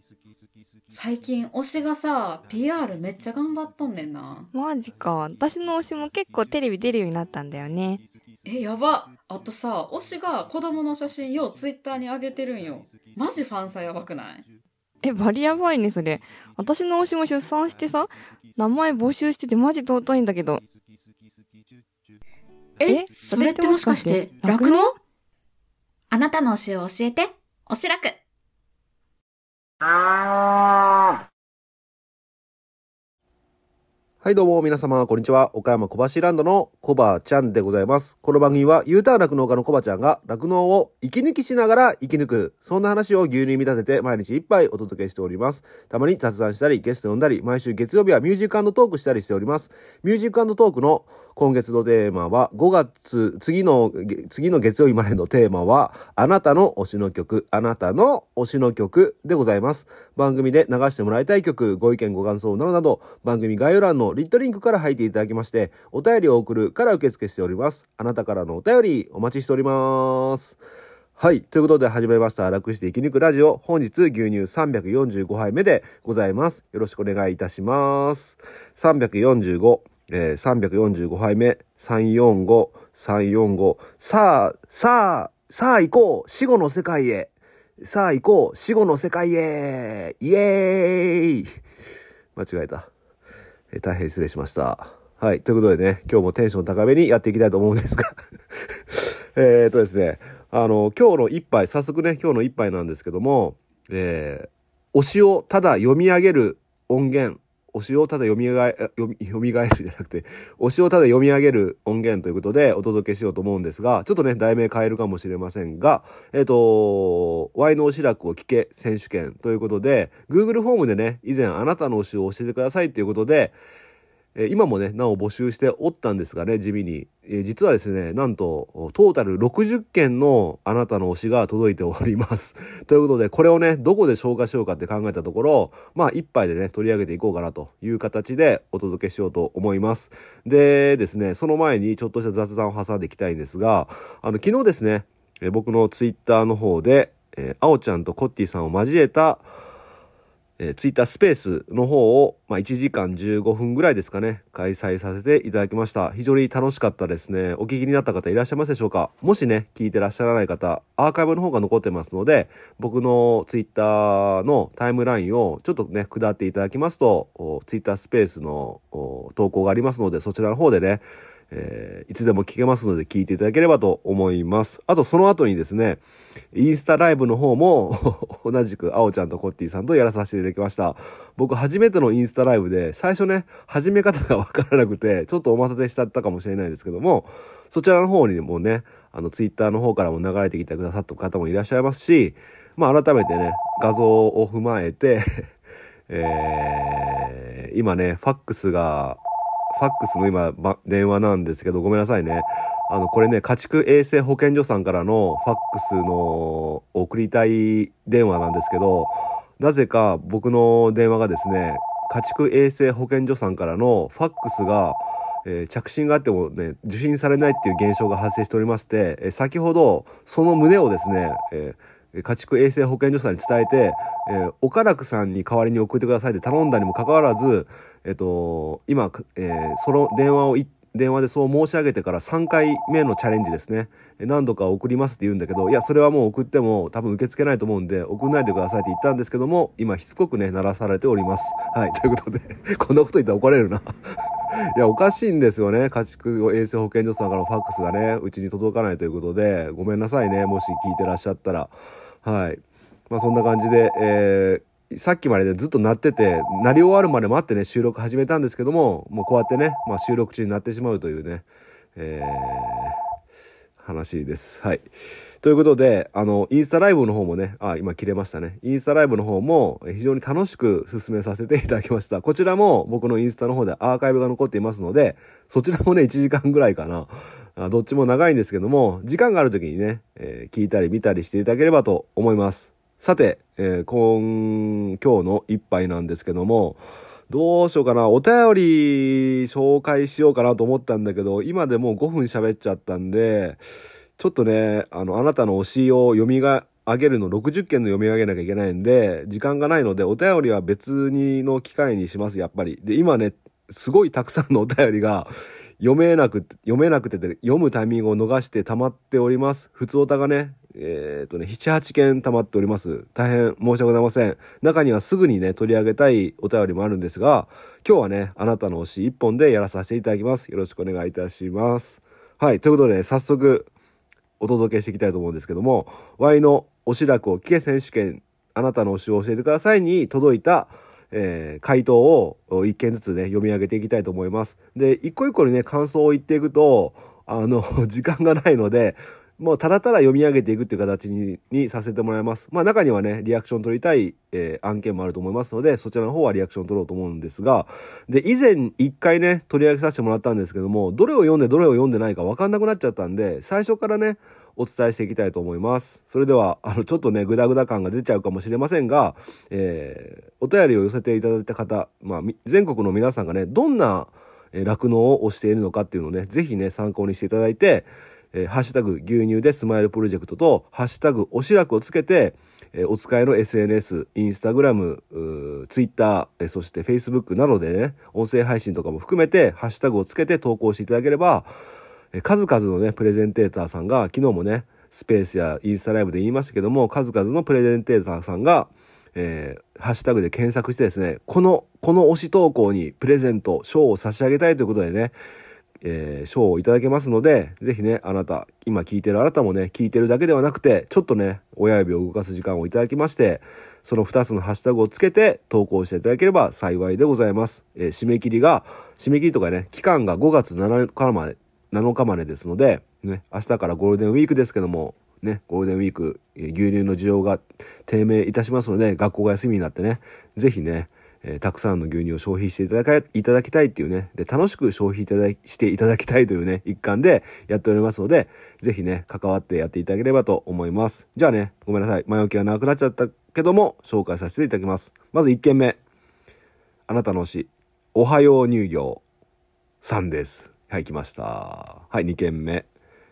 最近推しがさ、PR めっちゃ頑張っとんねんな。 マジか。私の推しも結構テレビ出るようになったんだよね。 やば。あとさ、推しが子供の写真ようツイッターに上げてるんよ。マジファンサやばくない？ バリやばいね、それ。私の推しも出産してさ、名前募集しててマジ尊いんだけど。そそれってもしれってもしかかしてして酪農？ 酪農？あなたの推しを教えて。推し楽。 はいどうも皆様こんにちは。岡山小橋ランドのコバちゃんでございます。この番組は U ターン酪農家のコバちゃんが酪農を息抜きしながら生き抜く、そんな話を牛乳に見立てて毎日一杯お届けしております。たまに雑談したりゲスト呼んだり、毎週月曜日はミュージック&トークしたりしております。ミュージック&トークの今月のテーマは5月、次の月曜日までのテーマはあなたの推しの曲、あなたの推しの曲でございます。番組で流してもらいたい曲、ご意見ご感想などなど番組概要欄のリットリンクから入っていただきまして、お便りを送るから受付しております。あなたからのお便りお待ちしております。はい。ということで始めました。楽して生き抜くラジオ。本日牛乳345杯目でございます。よろしくお願いいたします。345、345杯目。345、345。さあ行こう死後の世界へ。さあ行こう死後の世界へ。イエーイ。間違えた。大変失礼しました。はい。ということでね、今日もテンション高めにやっていきたいと思うんですが。ですね、今日の一杯、早速ね、今日の一杯なんですけども、推しをただ読み上げる音源、推しをただ読み上げるじゃなくて、推しをただ読み上げる音源ということでお届けしようと思うんですが、ちょっとね、題名変えるかもしれませんが、ワイの推し楽を聞け選手権ということで、Google フォームでね、以前あなたの推しを教えてくださいということで、今もね、なお募集しておったんですがね、地味に。実はですね、なんと、トータル60件のあなたの推しが届いております。ということで、これをね、どこで消化しようかって考えたところ、まあ、一杯でね、取り上げていこうかなという形でお届けしようと思います。でですね、その前にちょっとした雑談を挟んでいきたいんですが、昨日ですね、僕のツイッターの方で、あおちゃんとコッティさんを交えた、ツイッタースペースの方を、1時間15分ぐらいですかね、開催させていただきました。非常に楽しかったですね。お聞きになった方いらっしゃいますでしょうか？もしね、聞いてらっしゃらない方、アーカイブの方が残ってますので、僕のツイッターのタイムラインをちょっとね、下っていただきますと、ツイッタースペースの投稿がありますので、そちらの方でね、いつでも聞けますので聞いていただければと思います。あとその後にですね、インスタライブの方も同じくあおちゃんとコッティさんとやらさせていただきました。僕初めてのインスタライブで最初ね、始め方がわからなくてちょっとお待たせしちゃったかもしれないですけども、そちらの方にもね、ツイッターの方からも流れてきてくださった方もいらっしゃいますし、改めてね、画像を踏まえて今ね、ファックスの今、電話なんですけど、ごめんなさいね。これね、家畜衛生保健所さんからのファックスの送りたい電話なんですけど、なぜか僕の電話がですね、家畜衛生保健所さんからのファックスが、着信があってもね、受信されないっていう現象が発生しておりまして、先ほどその旨をですね、家畜衛生保健所さんに伝えて、岡楽さんに代わりに送ってくださいって頼んだにもかかわらず、今、その電話でそう申し上げてから3回目のチャレンジですね。何度か送りますって言うんだけど、いや、それはもう送っても多分受け付けないと思うんで、送んないでくださいって言ったんですけども、今しつこくね、鳴らされております。はい、ということで、こんなこと言ったら怒られるな。いや、おかしいんですよね。家畜衛生保健所さんからのファックスがね、うちに届かないということで、ごめんなさいね。もし聞いてらっしゃったら。はい。そんな感じで、さっきまでね、ずっと鳴ってて、鳴り終わるまで待ってね、収録始めたんですけども、もうこうやってね、収録中になってしまうというね、話です。はい。ということで、インスタライブの方もね、今切れましたね。インスタライブの方も非常に楽しく進めさせていただきました。こちらも僕のインスタの方でアーカイブが残っていますので、そちらもね、1時間ぐらいかな。どっちも長いんですけども、時間がある時にね、聞いたり見たりしていただければと思います。さて、今日の一杯なんですけども、どうしようかな。お便り紹介しようかなと思ったんだけど、今でもう5分喋っちゃったんで、ちょっとね、あなたの推しを上げるの60件の読み上げなきゃいけないんで、時間がないので、お便りは別にの機会にします、やっぱり。で、今ね、すごいたくさんのお便りが読めなくて読むタイミングを逃して溜まっております。普通おたがね、7、8件溜まっております。大変申し訳ございません。中にはすぐにね、取り上げたいお便りもあるんですが、今日はね、あなたの推し1本でやらさせていただきます。よろしくお願いいたします。はい、ということで、ね、早速、お届けしていきたいと思うんですけども、Y の推し楽を聞け選手権、あなたの推しを教えてくださいに届いた、回答を一件ずつね、読み上げていきたいと思います。で、一個一個にね、感想を言っていくと、時間がないので、もうただただ読み上げていくっていう形にさせてもらいます。まあ中にはね、リアクション取りたい、案件もあると思いますので、そちらの方はリアクション取ろうと思うんですが、で、以前一回ね、取り上げさせてもらったんですけども、どれを読んでどれを読んでないか分かんなくなっちゃったんで、最初からね、お伝えしていきたいと思います。それでは、ちょっとね、グダグダ感が出ちゃうかもしれませんが、お便りを寄せていただいた方、まあ、全国の皆さんがね、どんな酪農を推しているのかっていうのをね、ぜひね、参考にしていただいて、ハッシュタグ牛乳でスマイルプロジェクトと、ハッシュタグ推し楽をつけて、お使いの SNS、インスタグラム、ツイッター、そしてフェイスブックなどでね、音声配信とかも含めて、ハッシュタグをつけて投稿していただければ、数々のね、プレゼンテーターさんが、昨日もね、スペースやインスタライブで言いましたけども、数々のプレゼンテーターさんが、ハッシュタグで検索してですね、この推し投稿にプレゼント、賞を差し上げたいということでね、賞をいただけますので、ぜひね、今聞いてるあなたもね、聞いてるだけではなくて、ちょっとね、親指を動かす時間をいただきまして、その2つのハッシュタグをつけて投稿していただければ幸いでございます。締め切りとかね、期間が5月7日までですので、ね、明日からゴールデンウィークですけども、ね、ゴールデンウィーク、牛乳の需要が低迷いたしますので、学校が休みになってね、ぜひね、たくさんの牛乳を消費していただきたいっていうね、で、楽しく消費していただきたいというね、一環でやっておりますので、ぜひね、関わってやっていただければと思います。じゃあね、ごめんなさい。前置きが長くなっちゃったけども、紹介させていただきます。まず1件目。あなたの推し、おはよう乳業さんです。はい、来ました。はい、2件目。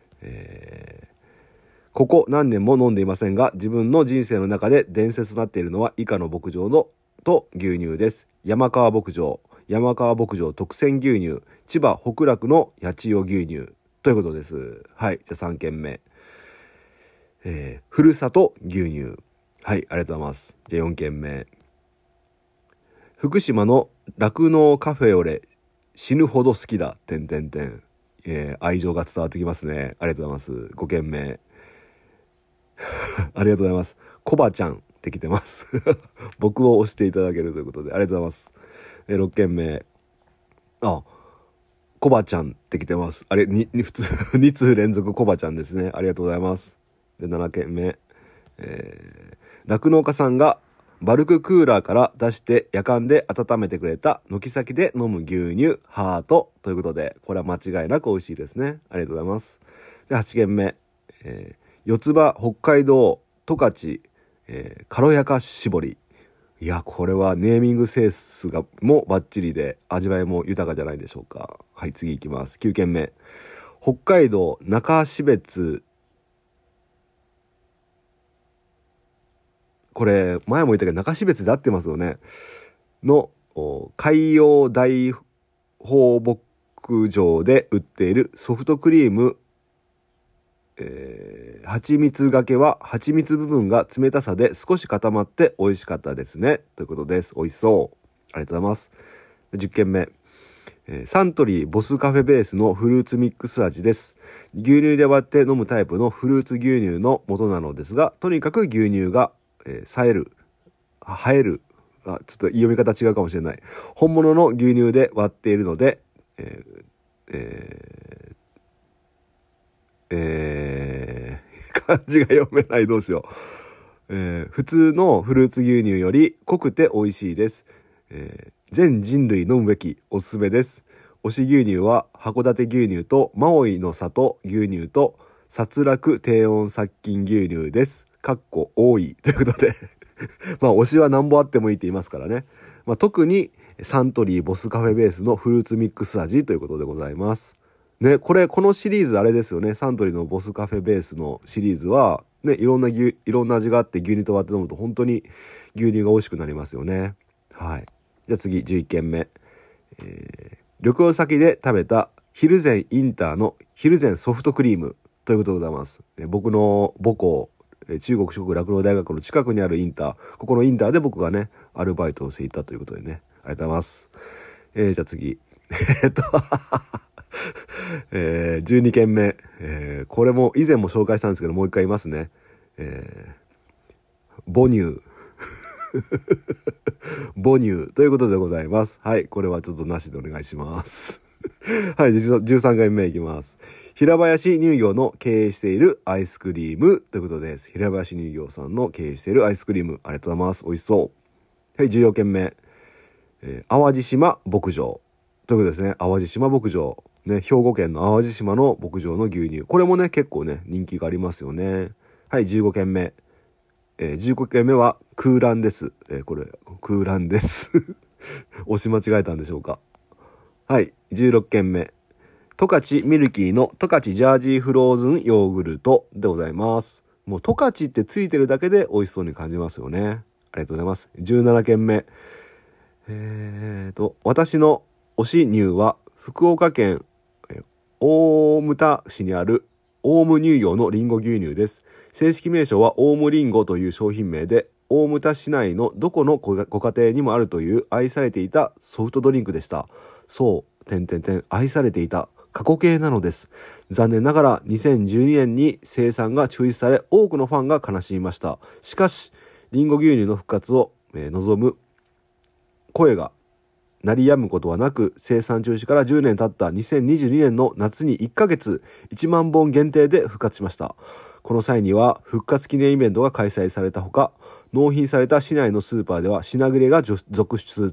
ここ何年も飲んでいませんが、自分の人生の中で伝説となっているのは以下の牧場と牛乳です。山川牧場特選牛乳、千葉北楽の八千代牛乳ということです。はい、じゃあ3件目。ふるさと牛乳。はい、ありがとうございます。じゃあ4件目。福島の酪農カフェオレ、死ぬほど好きだ。愛情が伝わってきますね。ありがとうございます。5件目。ありがとうございます。コバちゃんって来てます。僕を押していただけるということでありがとうございます。6件目。コバちゃんって来てます。あれ、普通、2通連続コバちゃんですね。ありがとうございます。で、7件目。酪農家さんがバルククーラーから出して夜間で温めてくれた軒先で飲む牛乳ハートということで、これは間違いなく美味しいですね。ありがとうございます。で、8件目。四つ葉北海道十勝、軽やか搾り。いや、これはネーミングセンスもバッチリで味わいも豊かじゃないでしょうか。はい、次いきます。9件目。北海道中標津。これ、前も言ったけど中標津で合ってますよね。の、海洋大放牧場で売っているソフトクリーム、蜂蜜がけは蜂蜜部分が冷たさで少し固まって美味しかったですね。ということです。美味しそう。ありがとうございます。10件目。サントリーボスカフェベースのフルーツミックス味です。牛乳で割って飲むタイプのフルーツ牛乳の元なのですが、とにかく牛乳が、映える。ちょっと読み方違うかもしれない。本物の牛乳で割っているので、漢字が読めない。どうしよう。普通のフルーツ牛乳より濃くて美味しいです。全人類飲むべきおすすめです。推し牛乳は函館牛乳とマオイの里牛乳と殺戮低温殺菌牛乳です。多いということでまあ推しは何本あってもいいって言いますからね。まあ、特にサントリーボスカフェベースのフルーツミックス味ということでございます。ね、このシリーズあれですよね。サントリーのボスカフェベースのシリーズは、 ね、いろんな味があって牛乳と割って飲むと本当に牛乳が美味しくなりますよね。はい。じゃあ次、11軒目。旅行先で食べたヒルゼンインターのヒルゼンソフトクリームということでございます。僕の母校、中国四国酪農大学の近くにあるインター、ここのインターで僕がね、アルバイトをしていたということでね、ありがとうございます。じゃあ次。12件目、これも以前も紹介したんですけどもう一回言いますね。母乳母乳ということでございます。はい、これはちょっとなしでお願いしますはい、13回目いきます。平林乳業の経営しているアイスクリームということです。平林乳業さんの経営しているアイスクリーム、ありがとうございます。美味しそう。はい、14件目、淡路島牧場ということですね。淡路島牧場ね、兵庫県の淡路島の牧場の牛乳、これもね結構ね人気がありますよね。はい、15件目、15件目は空欄です。これ空欄です押し間違えたんでしょうか。はい、16件目、十勝ミルキーの十勝ジャージーフローズンヨーグルトでございます。もう十勝ってついてるだけで美味しそうに感じますよね。ありがとうございます。17件目、私の推し乳は福岡県大牟田市にあるオウム乳業のリンゴ牛乳です。正式名称はオウムリンゴという商品名で、大牟田市内のどこのご家庭にもあるという愛されていたソフトドリンクでした。そう、愛されていた過去形なのです。残念ながら2012年に生産が中止され、多くのファンが悲しみました。しかし、リンゴ牛乳の復活を望む声が鳴り止むことはなく、生産中止から10年経った2022年の夏に1ヶ月1万本限定で復活しました。この際には復活記念イベントが開催されたほか、納品された市内のスーパーでは品切れが続出、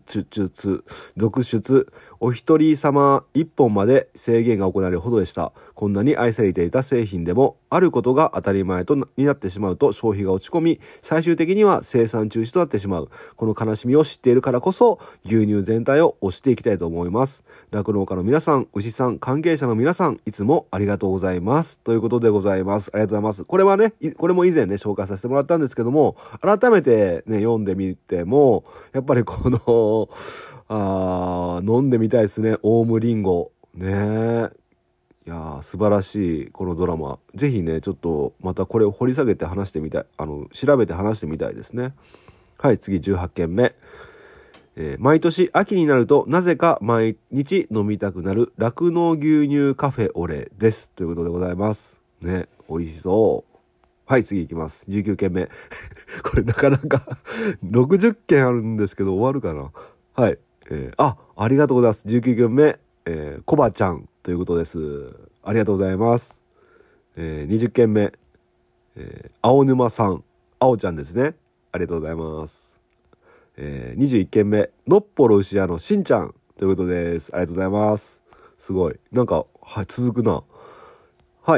お一人様1本まで制限が行われるほどでした。こんなに愛されていた製品でも、あることが当たり前になってしまうと消費が落ち込み、最終的には生産中止となってしまう。この悲しみを知っているからこそ、牛乳全体を推していきたいと思います。酪農家の皆さん、牛さん、関係者の皆さん、いつもありがとうございます。ということでございます。ありがとうございます。これはね、これも以前ね、紹介させてもらったんですけども、改めてね、読んでみても、やっぱりこの、飲んでみたいですね。オウムリンゴ。ね。いやー、素晴らしい、このドラマ。ぜひね、ちょっと、またこれを掘り下げて話してみたい。調べて話してみたいですね。はい、次、18件目。毎年秋になるとなぜか毎日飲みたくなる酪農牛乳カフェオレです。ということでございます。ね、美味しそう。はい、次行きます。19件目。これなかなか60件あるんですけど終わるかな。はい。ありがとうございます。19件目。コバちゃんということです。ありがとうございます。20件目。青沼さん。青ちゃんですね。ありがとうございます。21件目。のっぽろ牛屋のしんちゃんということです。ありがとうございます。すごい。なんか、はい、続くな。はい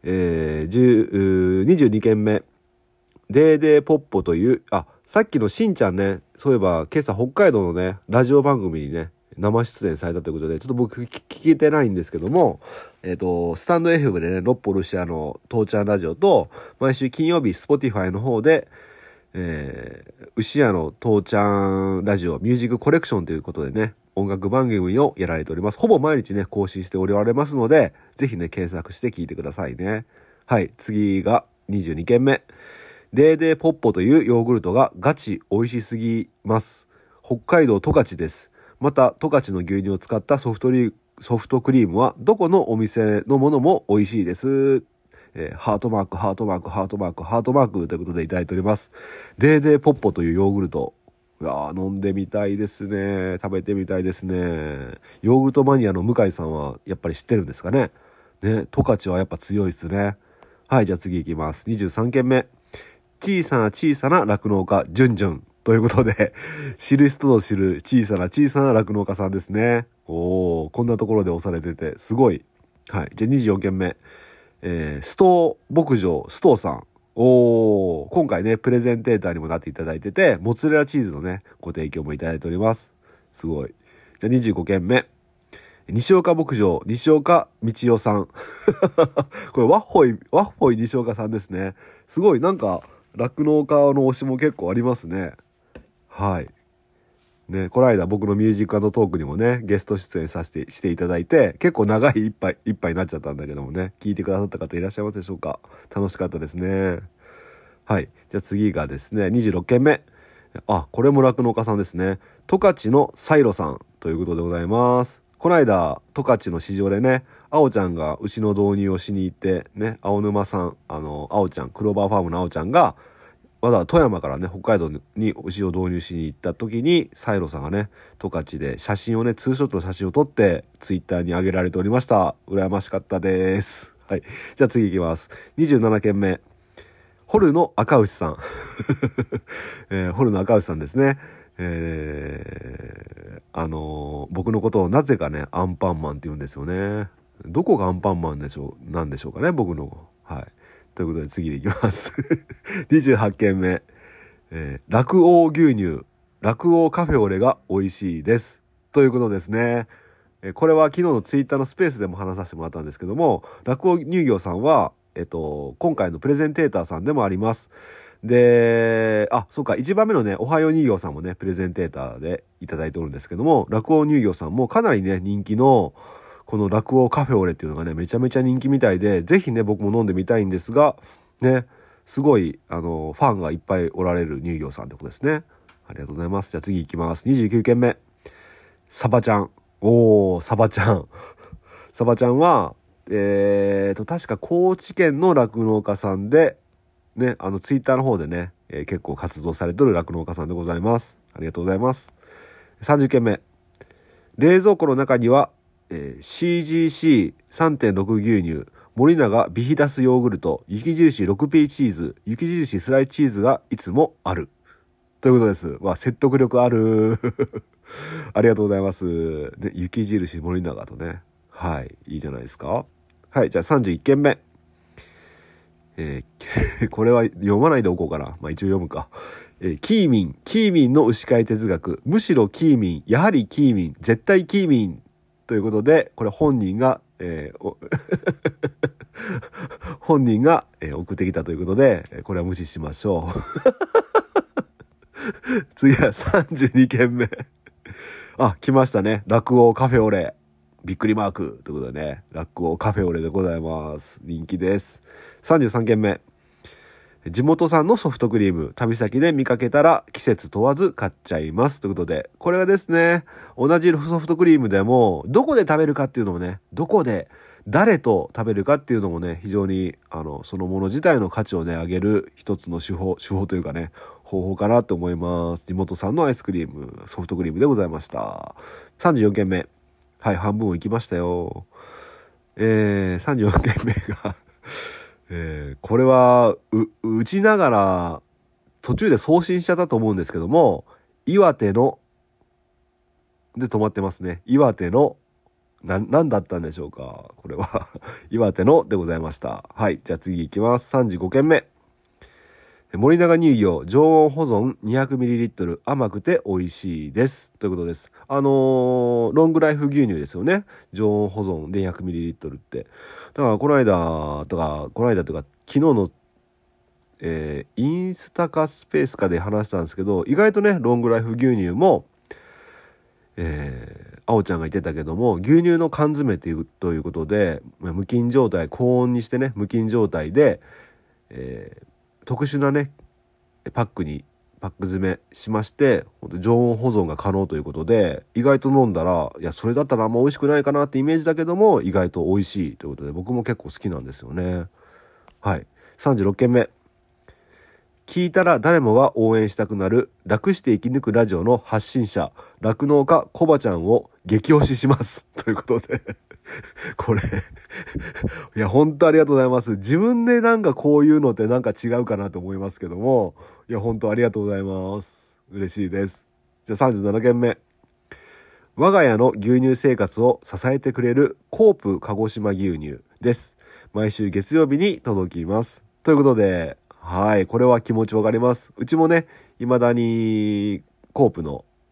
。22件目。デーデーポッポという、さっきのしんちゃんね、そういえば今朝北海道のね、ラジオ番組にね、生出演されたということで、ちょっと僕聞けてないんですけども、スタンド FM でね、ロッポルシアの父ちゃんラジオと、毎週金曜日、Spotify の方で、牛屋の父ちゃんラジオミュージックコレクションということでね、音楽番組をやられております。ほぼ毎日ね、更新しておられますので、ぜひね、検索して聞いてくださいね。はい、次が22件目。デーデーポッポというヨーグルトがガチ美味しすぎます。北海道十勝です。また、十勝の牛乳を使ったソフトクリームはどこのお店のものも美味しいです。ハートマークということでいただいております。デーデーポッポというヨーグルト。飲んでみたいですね。食べてみたいですね。ヨーグルトマニアの向井さんはやっぱり知ってるんですかね。ね、十勝はやっぱ強いですね。はい、じゃあ次行きます。23件目。小さな酪農家、じゅんじゅん。ということで、知る人ぞ知る小さな酪農家さんですね。こんなところで押されてて、すごい。はい。じゃあ24件目。ストー牧場、ストーさん。今回ね、プレゼンテーターにもなっていただいてて、モッツァレラチーズのね、ご提供もいただいております。すごい。じゃあ25件目。 西岡牧場、西岡道夫さん。これ、ワッホイ西岡さんですね。すごい、なんか、酪農家の推しも結構ありますね。はい。ね、この間僕のミュージック&トークにもね、ゲスト出演していただいて、結構長い一杯になっちゃったんだけどもね、聞いてくださった方いらっしゃいますでしょうか。楽しかったですね。はい。じゃあ次がですね、26件目。これも酪農家さんですね。十勝のサイロさんということでございます。この間、十勝の市場でね、青ちゃんが牛の導入をしに行って、ね、青沼さん、青ちゃん、クローバーファームの青ちゃんが、まだ富山からね、北海道に牛を導入しに行った時に、サイロさんがね、十勝で写真をね、ツーショットの写真を撮って、ツイッターに上げられておりました。羨ましかったです。はい。じゃあ次行きます。27件目。ホルの赤牛さん。ホルの赤牛さんですね。僕のことをなぜかね、アンパンマンって言うんですよね。どこがアンパンマンなんでしょうかね、僕の。はい。ということで次でいきます。28件目。酪王牛乳、酪王カフェオレが美味しいです。ということですね。これは昨日のツイッターのスペースでも話させてもらったんですけども、酪王乳業さんは、今回のプレゼンテーターさんでもあります。で、そうか、1番目のね、おはよう乳業さんもね、プレゼンテーターでいただいておるんですけども、酪王乳業さんもかなりね、人気の、この酪王カフェオレっていうのがね、めちゃめちゃ人気みたいで、ぜひね、僕も飲んでみたいんですが、ね、すごい、ファンがいっぱいおられる乳業さんってことですね。ありがとうございます。じゃあ次行きます。29件目。サバちゃん。サバちゃん。サバちゃんは、確か高知県の酪農家さんで、ね、ツイッターの方でね、結構活動されてる酪農家さんでございます。ありがとうございます。30件目。冷蔵庫の中には、CGC3.6 牛乳、森永ビヒダスヨーグルト、雪印 6P チーズ、雪印スライチーズがいつもある。ということです。説得力ある。ありがとうございます。で、雪印森永とね。はい。いいじゃないですか。はい。じゃあ31件目。これは読まないでおこうかな。一応読むか。キーミンの牛飼い哲学。むしろキーミン、やはりキーミン、絶対キーミン。ということで、これ本人が、送ってきたということで、これは無視しましょう。次は32件目。来ましたね。酪王カフェオレ。びっくりマーク。ということでね、酪王カフェオレでございます。人気です。33件目。地元産のソフトクリーム、旅先で見かけたら季節問わず買っちゃいます。ということで、これはですね、同じソフトクリームでも、どこで食べるかっていうのもね、どこで、誰と食べるかっていうのもね、非常に、そのもの自体の価値をね、上げる一つの手法というかね、方法かなと思います。地元産のアイスクリーム、ソフトクリームでございました。34件目。はい、半分を行きましたよ。34件目が、これは打ちながら途中で送信しちゃったと思うんですけども、岩手ので止まってますね。岩手の何だったんでしょうか、これは。岩手のでございました。はい。じゃあ次行きます。35件目。森永乳業常温保存 200ml 甘くて美味しいです。ということです。ロングライフ牛乳ですよね。常温保存で 200ml って。だからこの間とか昨日の、インスタかスペースかで話したんですけど、意外とね、ロングライフ牛乳も、青ちゃんが言ってたけども、牛乳の缶詰ということで、無菌状態、高温にしてね、無菌状態で、特殊なねパック詰めしまして、常温保存が可能ということで、意外と飲んだら、いやそれだったらあんま美味しくないかなってイメージだけども、意外と美味しいということで、僕も結構好きなんですよね。はい。36件目。聞いたら誰もが応援したくなる楽して生き抜くラジオの発信者、酪農家コバちゃんを激推ししますということでこれいや本当ありがとうございます。自分でなんかこういうのってなんか違うかなと思いますけども、いや本当ありがとうございます。嬉しいです。じゃあ37件目。我が家の牛乳生活を支えてくれるコープ鹿児島牛乳です。毎週月曜日に届きます。ということで、はい、これは気持ちわかります。うちもね、未だにコープの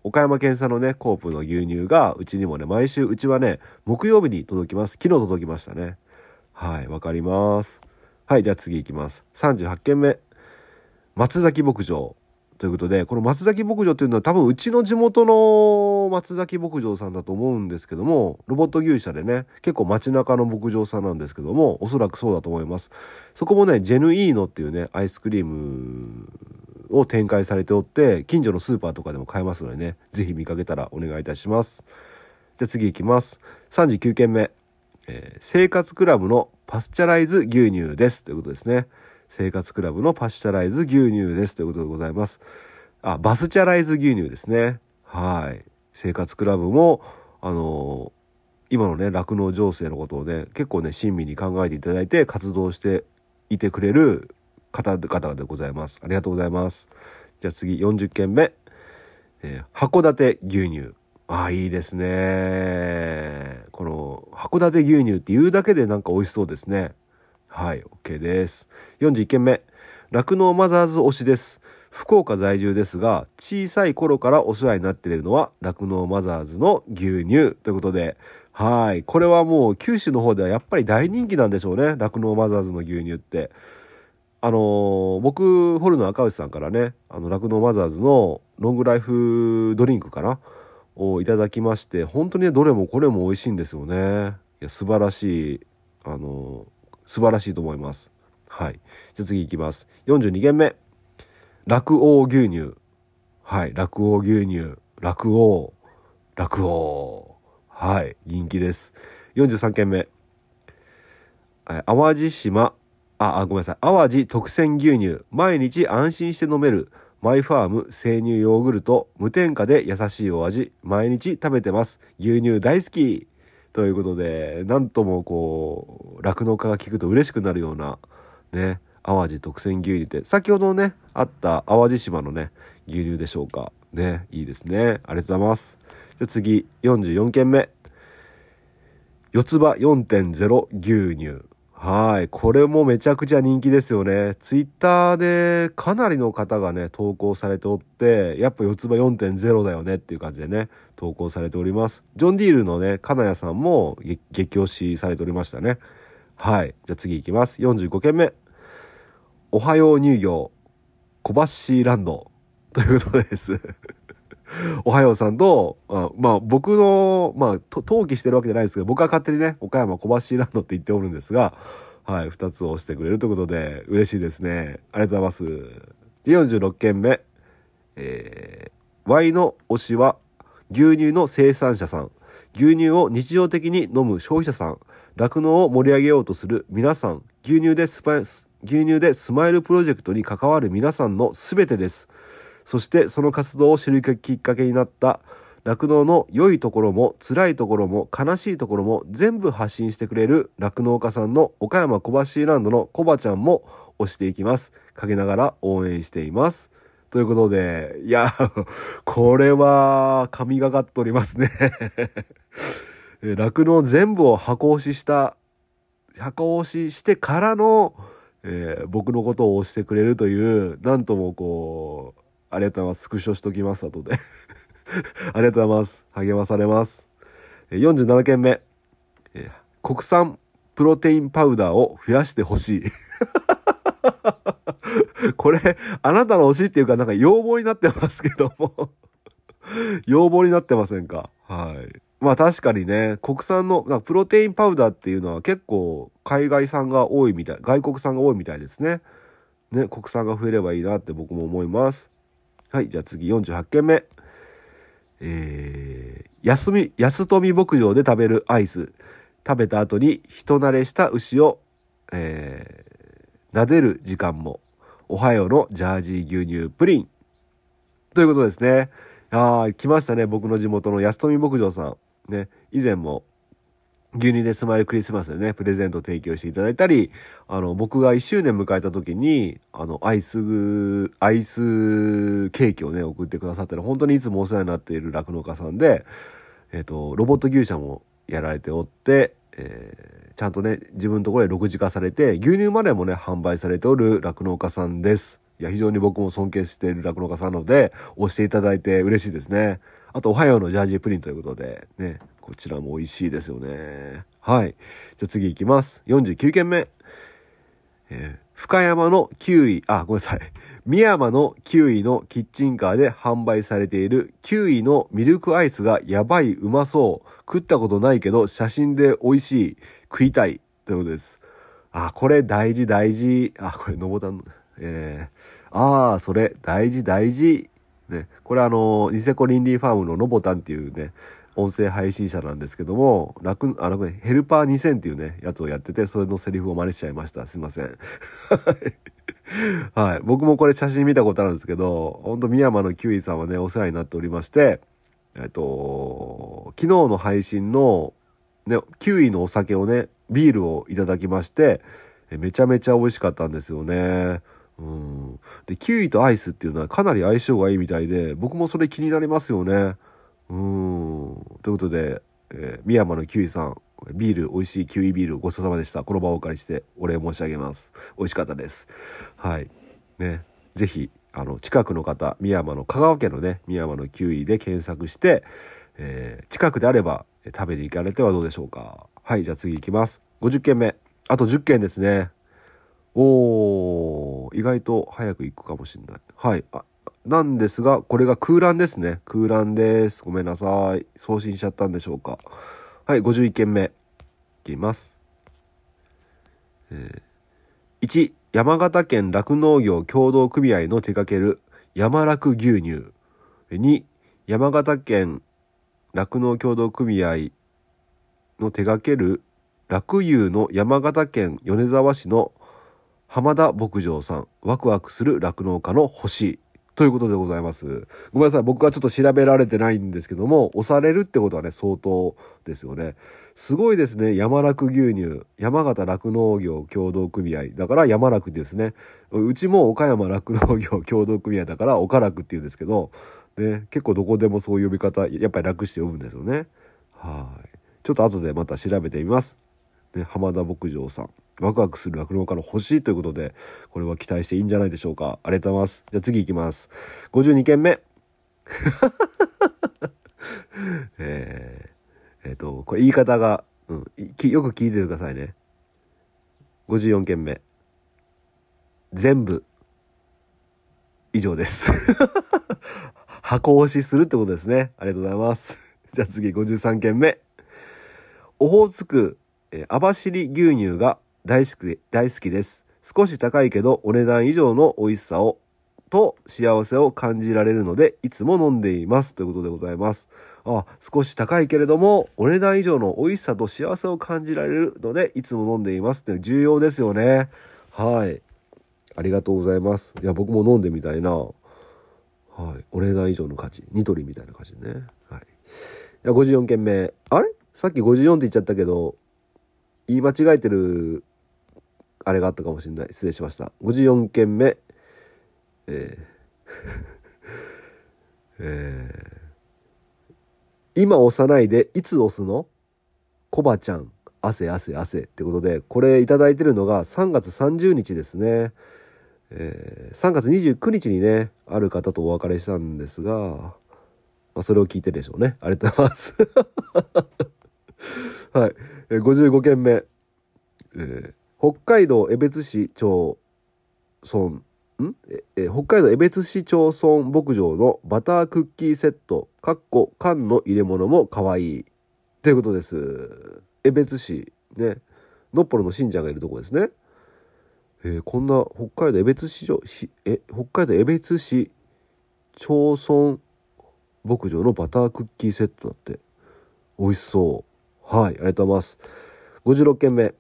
岡山県産のね、コープの牛乳が、うちにもね、毎週、うちはね、木曜日に届きます。昨日届きましたね。はい、わかります。はい、じゃあ次行きます。38件目。松崎牧場。ということで、この松崎牧場っていうのは多分うちの地元の松崎牧場さんだと思うんですけども、ロボット牛舎でね、結構街中の牧場さんなんですけども、おそらくそうだと思います。そこもね、ジェヌイーノっていうね、アイスクリームを展開されておって、近所のスーパーとかでも買えますのでね、ぜひ見かけたらお願いいたします。じゃあ次行きます。39件目。生活クラブのパスチャライズ牛乳ですということですね。生活クラブのパスチャライズ牛乳ですということでございます。バスチャライズ牛乳ですね。はい。生活クラブも、今のね、酪農情勢のことをね、結構ね、親身に考えていただいて活動していてくれる方々でございます。ありがとうございます。じゃあ次、40件目。函館牛乳。いいですね。この、函館牛乳って言うだけでなんか美味しそうですね。はい、OK です。41件目。酪農マザーズ推しです。福岡在住ですが、小さい頃からお世話になっているのは酪農マザーズの牛乳ということで、はい、これはもう九州の方ではやっぱり大人気なんでしょうね。酪農マザーズの牛乳って。僕、ホルの赤内さんからね、酪農マザーズのロングライフドリンクかなをいただきまして、本当にね、どれもこれも美味しいんですよね。いや、素晴らしい、素晴らしいと思います。はい。じゃあ次行きます。42件目。酪王牛乳。はい。酪王牛乳。酪王。はい。人気です。43件目。淡路島。ごめんなさい。淡路特選牛乳。毎日安心して飲める。マイファーム生乳ヨーグルト。無添加で優しいお味。毎日食べてます。牛乳大好き。ということで、なんともこう、酪農家が聞くと嬉しくなるような、ね、淡路特選牛乳って、先ほどね、あった淡路島のね、牛乳でしょうか。ね、いいですね。ありがとうございます。じゃ次、44件目。四つ葉 4.0 牛乳。はい。これもめちゃくちゃ人気ですよね。ツイッターでかなりの方がね、投稿されておって、やっぱ四つ葉 4.0 だよねっていう感じでね、投稿されております。ジョンディールのね、金谷さんも激推しされておりましたね。はい。じゃあ次行きます。45件目。おはよう乳業、小橋ランドということです。おはようさんと、僕の、登記してるわけじゃないですけど、僕は勝手にね、岡山小橋ランドって言っておるんですが、はい、2つを押してくれるということで、嬉しいですね。ありがとうございます。46件目。Y の推しは、牛乳の生産者さん。牛乳を日常的に飲む消費者さん。酪農を盛り上げようとする皆さん。牛乳でスマイルプロジェクトに関わる皆さんの全てです。そしてその活動を知るきっかけになった酪農の良いところも辛いところも悲しいところも全部発信してくれる酪農家さんの岡山小橋ランドのコバちゃんも推していきます。かけながら応援しています。ということで、いや、これは神がかっておりますね。酪農全部を箱押ししてからの、僕のことを推してくれるという、なんともこう、ありがとうございます。スクショしときます、後で。ありがとうございます。励まされます。47件目。国産プロテインパウダーを増やしてほしい。これ、あなたの推しっていうか、なんか要望になってますけども。要望になってませんか？はい。まあ確かにね、国産の、プロテインパウダーっていうのは結構海外産が多いみたい、外国産が多いみたいですね。ね、国産が増えればいいなって僕も思います。はい、じゃあ次48件目。安富牧場で食べるアイス。食べた後に人慣れした牛を、撫でる時間も。おはようのジャージー牛乳プリン。ということですね。来ましたね。僕の地元の安富牧場さん。ね、以前も牛乳でスマイルクリスマスでね、プレゼントを提供していただいたり、僕が1周年迎えた時に、アイスケーキをね、送ってくださってる、本当にいつもお世話になっている酪農家さんで、ロボット牛舎もやられておって、ちゃんとね、自分のところで6次化されて、牛乳までもね、販売されておる酪農家さんです。 いや、非常に僕も尊敬している酪農家さんなので、押していただいて嬉しいですね。あと、おはようのジャージープリンということで、ね、こちらも美味しいですよね。はい。じゃあ次行きます。49件目。深山のキウイ、ごめんなさい。宮山のキウイのキッチンカーで販売されているキウイのミルクアイスがやばいうまそう。食ったことないけど写真で美味しい。食いたい。ということです。これ大事。これのぼたん。それ大事。ね。これニセコリンリーファームののぼたんっていうね、音声配信者なんですけども、ヘルパー2000っていうね、やつをやってて、それのセリフを真似しちゃいました。すいません。はい。僕もこれ写真見たことあるんですけど、ほんと宮山のキウイさんはね、お世話になっておりまして、昨日の配信の、ね、キウイのお酒をね、ビールをいただきまして、めちゃめちゃ美味しかったんですよね。で、キウイとアイスっていうのはかなり相性がいいみたいで、僕もそれ気になりますよね。ということで、宮山のキウイさん、ビール、美味しいキウイビールごちそうさまでした。この場をお借りしてお礼申し上げます。美味しかったです。はい。ね。ぜひ、近くの方、香川県のね、宮山のキウイで検索して、近くであれば食べに行かれてはどうでしょうか。はい、じゃあ次行きます。50件目。あと10件ですね。意外と早く行くかもしれない。はい。なんですが、これが空欄ですね。空欄です。ごめんなさい。送信しちゃったんでしょうか。はい、51件目。いきます。1、山形県酪農業協同組合の手掛ける山酪牛乳。2、山形県酪農協同組合の手掛ける酪牛の山形県米沢市の浜田牧場さん。ワクワクする酪農家の星。ということでございます。ごめんなさい。僕はちょっと調べられてないんですけども、押されるってことはね、相当ですよね。すごいですね。山酪牛乳。山形酪農業協同組合。だから山酪ですね。うちも岡山酪農業協同組合だから岡酪っていうんですけど、ね、結構どこでもそういう呼び方、やっぱり楽して呼ぶんですよね。はい。ちょっと後でまた調べてみます。ね、浜田牧場さん。ワクワクする酪農家の星ということで、これは期待していいんじゃないでしょうか。ありがとうございます。じゃあ次行きます。52件目。これ言い方が、よく聞いててくださいね。54件目。全部、以上です。箱押しするってことですね。ありがとうございます。じゃあ次53件目。オホーツク、網走牛乳が大好きです。少し高いけどお値段以上の美味しさと幸せを感じられるのでいつも飲んでいますということでございます。少し高いけれどもお値段以上の美味しさと幸せを感じられるのでいつも飲んでいますって重要ですよね。はい。ありがとうございます。いや、僕も飲んでみたいな。はい。お値段以上の価値。ニトリみたいな感じでね。はい。いや、54件目。あれさっき54って言っちゃったけど、言い間違えてるあれがあったかもしれない。失礼しました。54件目。今押さないでいつ押すの？コバちゃん。汗ってことで、これいただいてるのが3月30日ですね。3月29日にね、ある方とお別れしたんですが、それを聞いてでしょうね。ありがとうございます。はい。55件目。北海道江別市町村北海道江別市町村牧場のバタークッキーセット缶の入れ物も可愛いということです。江別市ね、のっぽろのしんちゃんがいるとこですね。こんな北海道江別市町村牧場のバタークッキーセットだって。美味しそう。はい、ありがとうございます。56件目。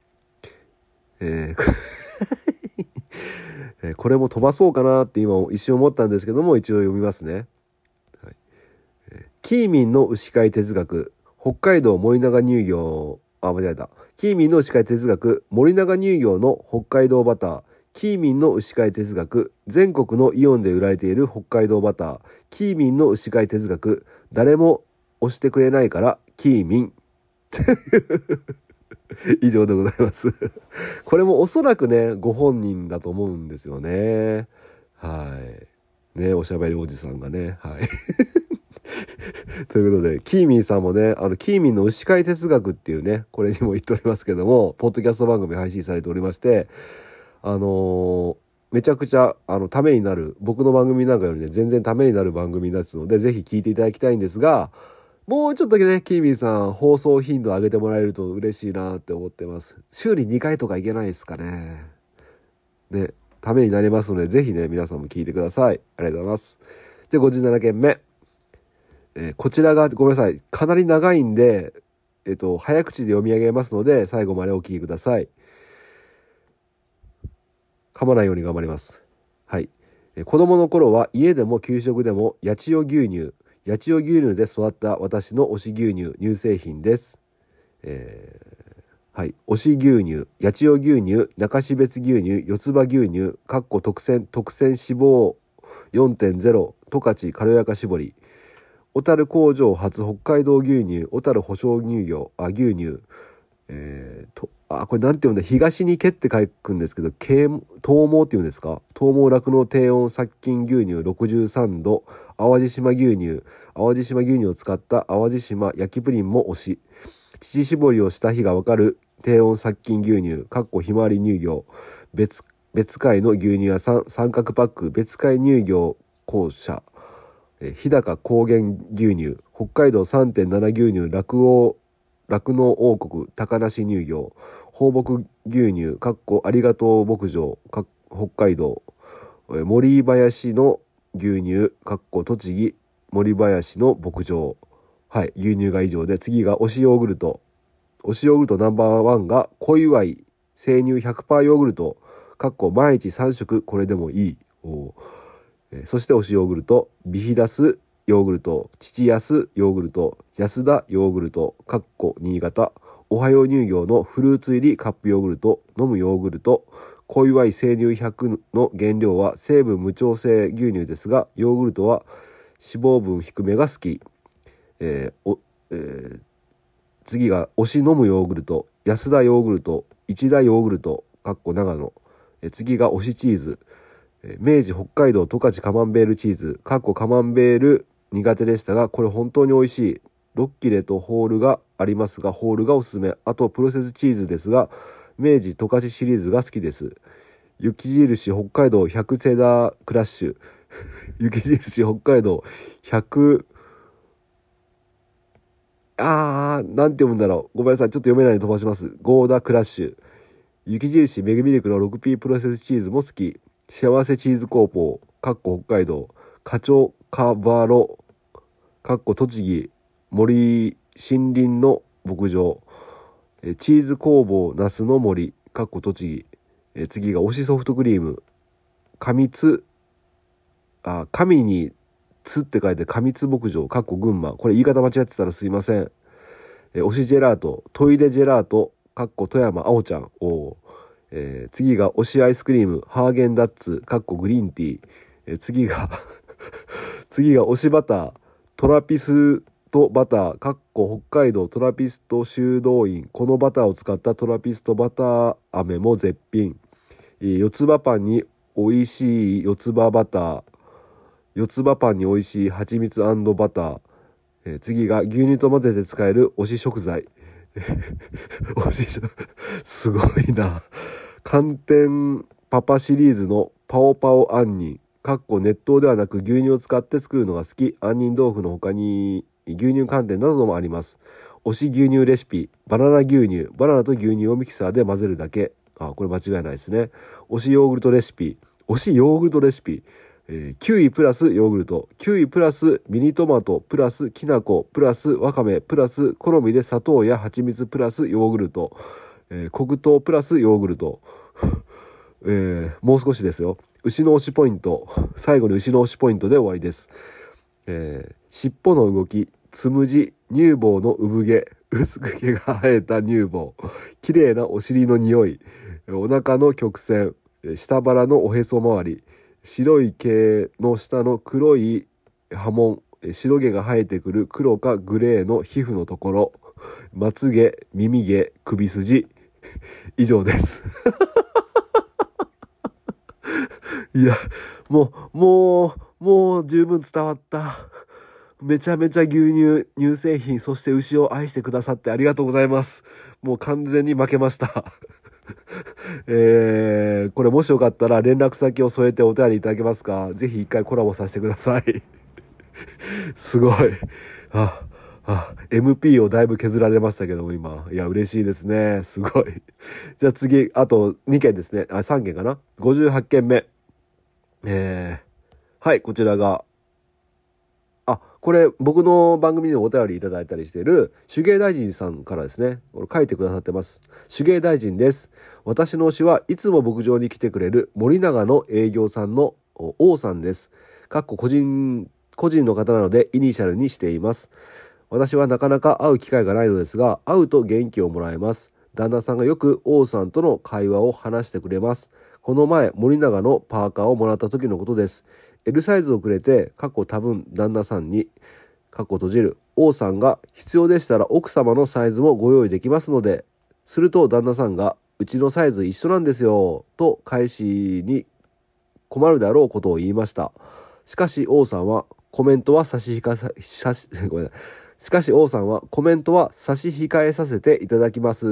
これも飛ばそうかなって今一瞬思ったんですけども、一応読みますね。はい。キーミンの牛飼い哲学、北海道森永乳業、間違えた。キーミンの牛飼い哲学、森永乳業の北海道バター、キーミンの牛飼い哲学、全国のイオンで売られている北海道バター、キーミンの牛飼い哲学、誰も押してくれないからキーミン。以上でございます。これもおそらくね、ご本人だと思うんですよね。 はい。ね、おしゃべりおじさんがね。はい。ということで、キーミンさんもね、キーミンの牛飼い哲学っていうね、これにも言っておりますけども、ポッドキャスト番組配信されておりまして、めちゃくちゃ、ためになる、僕の番組なんかよりね、全然ためになる番組ですので、ぜひ聞いていただきたいんですが、もうちょっとだけね、キーミンさん、放送頻度上げてもらえると嬉しいなって思ってます。週に2回とかいけないですかね。ね、ためになりますので、ぜひね、皆さんも聞いてください。ありがとうございます。じゃあ、57件目。こちらが、ごめんなさい。かなり長いんで、早口で読み上げますので、最後までお聞きください。噛まないように頑張ります。はい。子供の頃は家でも給食でも八千代牛乳で育った私の推し牛乳、乳製品です。はい。推し牛乳、八千代牛乳、中標津牛乳、四つ葉牛乳、特選脂肪 4.0 十勝軽やか絞り。小樽工場初北海道牛乳、小樽保証牛乳、これなんていうんだ、東に毛って書くんですけど、東毛っていうんですか、東毛酪農低温殺菌牛乳63度、淡路島牛乳を使った淡路島焼きプリンも推し、乳搾りをした日がわかる低温殺菌牛乳、ひまわり乳業、別海の牛乳屋さん、三角パック、別海乳業公社、日高高原牛乳、北海道 3.7 牛乳、酪農王国高梨乳業、放牧牛乳ありがとう牧場北海道、森林の牛乳栃木森林の牧場。はい、牛乳が以上で、次が推しヨーグルトナンバーワンが小祝生乳 100% ヨーグルト毎日3食これでもいい。そして推しヨーグルト、ビヒダスヨーグルト、父安ヨーグルト、安田ヨーグルト、新潟、おはよう乳業のフルーツ入りカップヨーグルト、飲むヨーグルト、小祝生乳100の原料は成分無調整牛乳ですが、ヨーグルトは脂肪分低めが好き。次が推し飲むヨーグルト、安田ヨーグルト、一田ヨーグルト、長野。次が推しチーズ。明治北海道十勝カマンベールチーズ、カマンベール苦手でしたが、これ本当に美味しい。6切れとホールがありますが、ホールがおすすめ。あとプロセスチーズですが、明治十勝シリーズが好きです。雪印北海道100チェダークラッシュ。雪印北海道100、なんて読むんだろう。ごめんなさい。ちょっと読めないで飛ばします。ゴーダクラッシュ。雪印メグミルクの 6P プロセスチーズも好き。幸せチーズ工房、北海道、カチョカバロ、栃木、森森林の牧場、チーズ工房那須の森、栃木、次が推しソフトクリーム、神につって書いて神津牧場、群馬、これ言い方間違ってたらすいません。推しジェラート、トイレジェラート、富山青ちゃん、次が推しアイスクリーム、ハーゲンダッツ、グリーンティー。次が推しバター、トラピストバター、北海道トラピスト修道院。このバターを使ったトラピストバター飴も絶品。四つ葉パンに美味しい四つ葉バター。四つ葉パンに美味しい蜂蜜&バター。次が牛乳と混ぜて使える推し食材。すごいな。寒天パパシリーズのパオパオ杏仁。熱湯ではなく牛乳を使って作るのが好き。杏仁豆腐の他に牛乳寒天などもあります。推し牛乳レシピ。バナナ牛乳。バナナと牛乳をミキサーで混ぜるだけ。これ間違いないですね。推しヨーグルトレシピ。キウイプラスヨーグルト。キウイプラスミニトマトプラスきな粉プラスわかめプラス好みで砂糖や蜂蜜プラスヨーグルト。黒糖プラスヨーグルト。もう少しですよ。牛の推しポイント。最後に牛の推しポイントで終わりです。尻尾の動き、つむじ、乳房の産毛、薄く毛が生えた乳房、綺麗なお尻の匂い、お腹の曲線、下腹のおへそ周り、白い毛の下の黒い波紋、白毛が生えてくる黒かグレーの皮膚のところ、まつ毛、耳毛、首筋、以上です。いや、 もう十分伝わった。めちゃめちゃ乳製品、そして牛を愛してくださってありがとうございます。もう完全に負けました。これもしよかったら連絡先を添えてお便りいただけますか？ぜひ一回コラボさせてください。すごい。MP をだいぶ削られましたけども今。いや、嬉しいですね。すごい。じゃあ次、あと2件ですね。3件かな。58件目。はい、こちらが、これ僕の番組にお便りいただいたりしている手芸大臣さんからですね。これ書いてくださってます。手芸大臣です。私の推しはいつも牧場に来てくれる森永の営業さんの王さんです。個人の方なのでイニシャルにしています。私はなかなか会う機会がないのですが、会うと元気をもらえます。旦那さんがよく王さんとの会話を話してくれます。この前、森永のパーカーをもらった時のことです。L サイズをくれて、多分旦那さんに、閉じる、王さんが必要でしたら奥様のサイズもご用意できますので、すると旦那さんが、うちのサイズ一緒なんですよ、と返しに困るであろうことを言いました。しかし王さんはコメントは差し控えさせていただきます。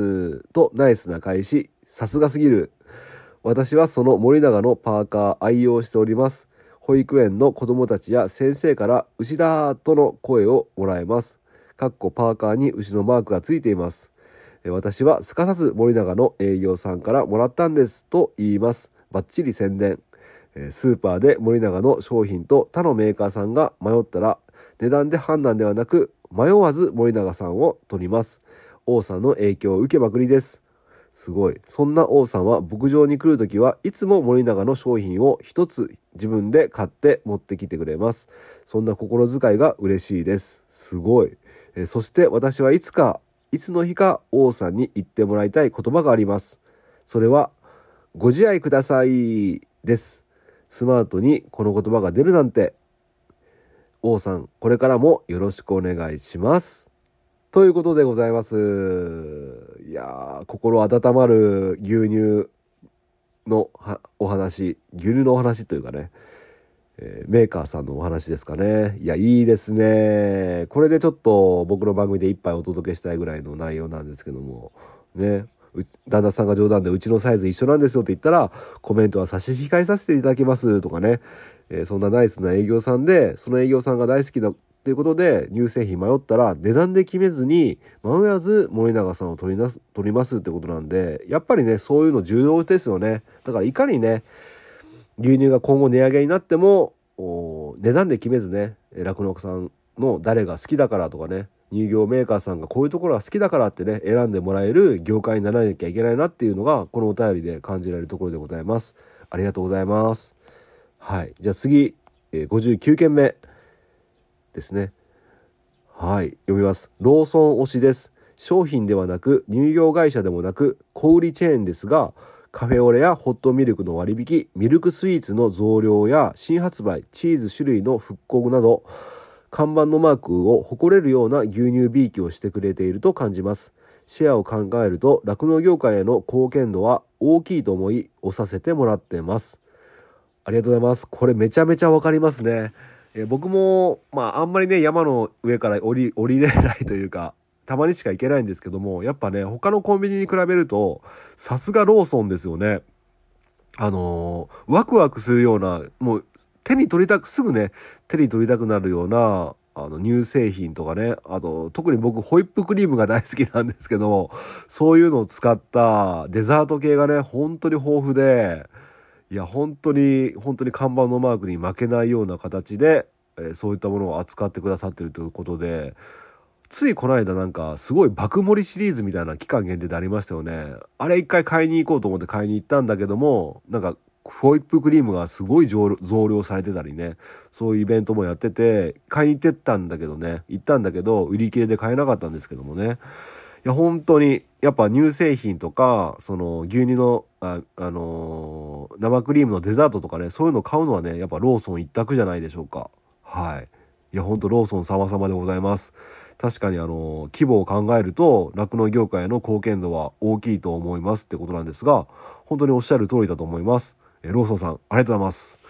とナイスな返し、さすがすぎる。私はその森永のパーカー愛用しております。保育園の子供たちや先生から牛だとの声をもらえます。パーカーに牛のマークがついています。私はすかさず森永の営業さんからもらったんですと言います。バッチリ宣伝。スーパーで森永の商品と他のメーカーさんが迷ったら値段で判断ではなく迷わず森永さんを取ります。王さんの影響を受けまくりです。すごい。そんな王さんは牧場に来るときはいつも森永の商品を一つ自分で買って持ってきてくれます。そんな心遣いが嬉しいです。すごい。そして私はいつの日か王さんに言ってもらいたい言葉があります。それはご自愛くださいです。スマートにこの言葉が出るなんて。王さん、これからもよろしくお願いします。ということでございます。いやー、心温まる牛乳のお話というかね、メーカーさんのお話ですかね。いや、いいですね。これでちょっと僕の番組で一杯お届けしたいぐらいの内容なんですけども、ね。旦那さんが冗談でうちのサイズ一緒なんですよって言ったら、コメントは差し控えさせていただきますとかね。そんなナイスな営業さんで、その営業さんが大好きだということで乳製品迷ったら値段で決めずに迷わず森永さんを取りますってことなんで、やっぱりね、そういうの重要ですよね。だからいかにね、牛乳が今後値上げになっても値段で決めずね、酪農家さんの誰が好きだからとかね、乳業メーカーさんがこういうところが好きだからってね、選んでもらえる業界にならなきゃいけないなっていうのがこのお便りで感じられるところでございます。ありがとうございます。はい、じゃあ次、59件目ですね。はい、読みます。ローソン推しです。商品ではなく乳業会社でもなく小売チェーンですが、カフェオレやホットミルクの割引、ミルクスイーツの増量や新発売、チーズ種類の復刻など、看板のマークを誇れるような牛乳びいきをしてくれていると感じます。シェアを考えると酪農業界への貢献度は大きいと思い押させてもらっています。ありがとうございます。これめちゃめちゃわかりますね。僕もあんまりね、山の上から降りれないというか、たまにしか行けないんですけども、やっぱね、他のコンビニに比べるとさすがローソンですよね。ワクワクするような、もうすぐね手に取りたくなるような乳製品とかね、あと特に僕ホイップクリームが大好きなんですけど、そういうのを使ったデザート系がね本当に豊富で、いや本当に看板のマークに負けないような形で、そういったものを扱ってくださっているということで、ついこの間なんかすごい爆盛りシリーズみたいな期間限定でありましたよね。あれ一回買いに行こうと思って買いに行ったんだけども、なんかホイップクリームがすごい増量されてたりね、そういうイベントもやってて買いに行ったんだけど売り切れで買えなかったんですけどもね。いや本当にやっぱ乳製品とかその牛乳の生クリームのデザートとかね、そういうのを買うのはねやっぱローソン一択じゃないでしょうか。はい。いや本当ローソン様々でございます。確かに規模を考えると酪農業界への貢献度は大きいと思いますってことなんですが、本当におっしゃる通りだと思います。ローソンさんありがとうございます。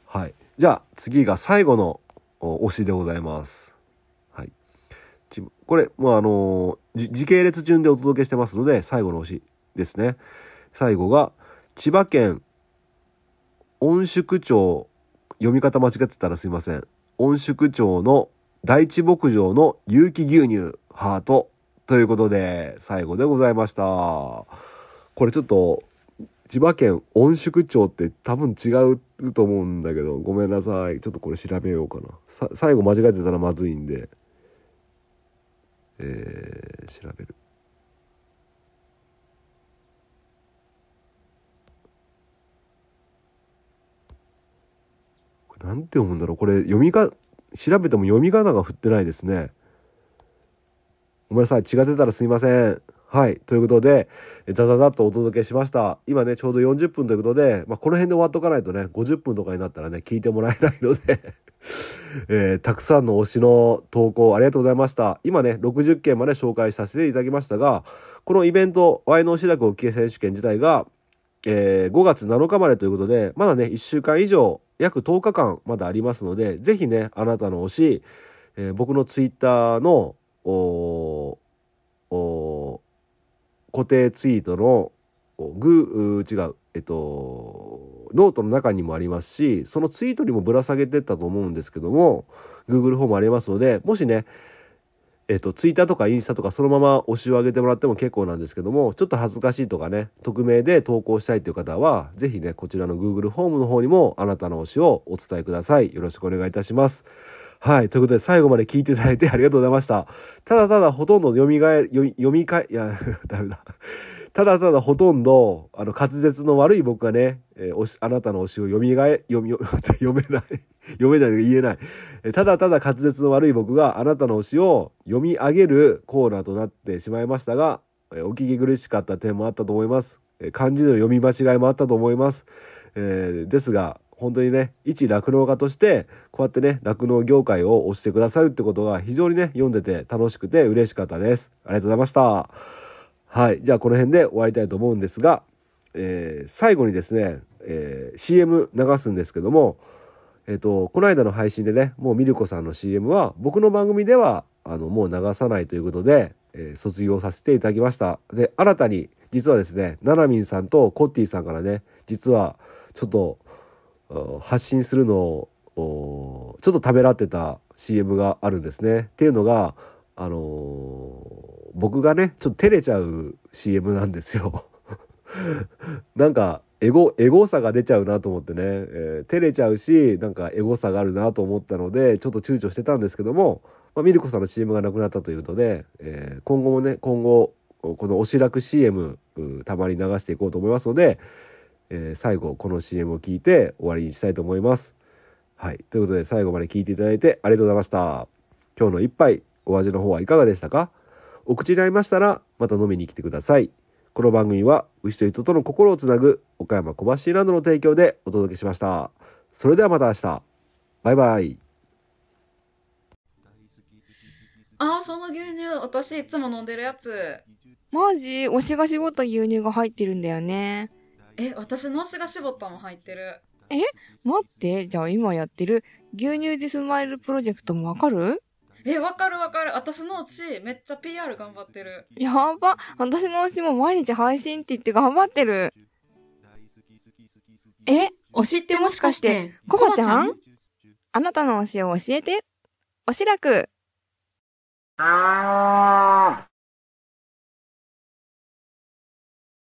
はい。じゃあ次が最後の推しでございます。はい。これもう時系列順でお届けしてますので最後の推しですね。最後が千葉県御宿町、読み方間違ってたらすいません。御宿町の第一牧場の有機牛乳ハートということで最後でございました。これちょっと千葉県御宿町って多分違うと思うんだけどごめんなさい。ちょっとこれ調べようかな。最後間違えてたらまずいんで、調べる。なんて読むんだろうこれ。調べても読み仮名が振ってないですね。ごめんなさい。違ってたらすいません。はい。ということで、ザザザッとお届けしました。今ね、ちょうど40分ということで、この辺で終わっとかないとね、50分とかになったらね、聞いてもらえないので、たくさんの推しの投稿ありがとうございました。今ね、60件まで紹介させていただきましたが、このイベント、ワイの推し楽を聞け選手権自体が、5月7日までということで、まだね、1週間以上、約10日間まだありますので、ぜひね、あなたの推し、僕のツイッターの固定ツイートのノートの中にもありますし、そのツイートにもぶら下げてったと思うんですけども、Google フォームありますので、もしね、ツイッターとかインスタとかそのまま推しを上げてもらっても結構なんですけども、ちょっと恥ずかしいとかね、匿名で投稿したいという方は、ぜひね、こちらの Google フォームの方にもあなたの推しをお伝えください。よろしくお願いいたします。はい。ということで、最後まで聞いていただいてありがとうございました。ただただほとんどいや、ダメだ。ただただほとんど、滑舌の悪い僕がね、あなたの推しを読めない、読めない言えない。ただただ滑舌の悪い僕があなたの推しを読み上げるコーナーとなってしまいましたが、お聞き苦しかった点もあったと思います。漢字の読み間違いもあったと思います。ですが、本当にね、一酪農家として、こうやってね、酪農業界を推してくださるってことが非常にね、読んでて楽しくて嬉しかったです。ありがとうございました。はい。じゃあこの辺で終わりたいと思うんですが、最後にですね、CM 流すんですけども、この間の配信でね、もうミルコさんの CM は僕の番組ではもう流さないということで、卒業させていただきました。で、新たに実はですね、ナナミンさんとコッティさんからね、実はちょっと発信するのをちょっとためらってた CM があるんですね。っていうのが、僕がねちょっと照れちゃう CM なんですよ。なんかエゴさが出ちゃうなと思ってね、照れちゃうしなんかエゴさがあるなと思ったのでちょっと躊躇してたんですけども、ミルコさんの CM がなくなったということで、今後この推し楽 CM たまに流していこうと思いますので、最後この CM を聞いて終わりにしたいと思います。はい。ということで最後まで聞いていただいてありがとうございました。今日の一杯お味の方はいかがでしたか？お口に合いましたらまた飲みに来てください。この番組は牛と人との心をつなぐ岡山小橋ランドの提供でお届けしました。それではまた明日。バイバイ。 その牛乳私いつも飲んでるやつ。 マジ？推しが絞った牛乳が入ってるんだよね。 私の推しが絞ったも入ってる。 待って、じゃあ今やってる牛乳でスマイルプロジェクトもわかる？ わかる。私の推しめっちゃ PR 頑張ってる。 やば。私の推しも毎日配信って言って頑張ってる。推しってもしかして、コバちゃん？あなたの推しを教えて。推し楽。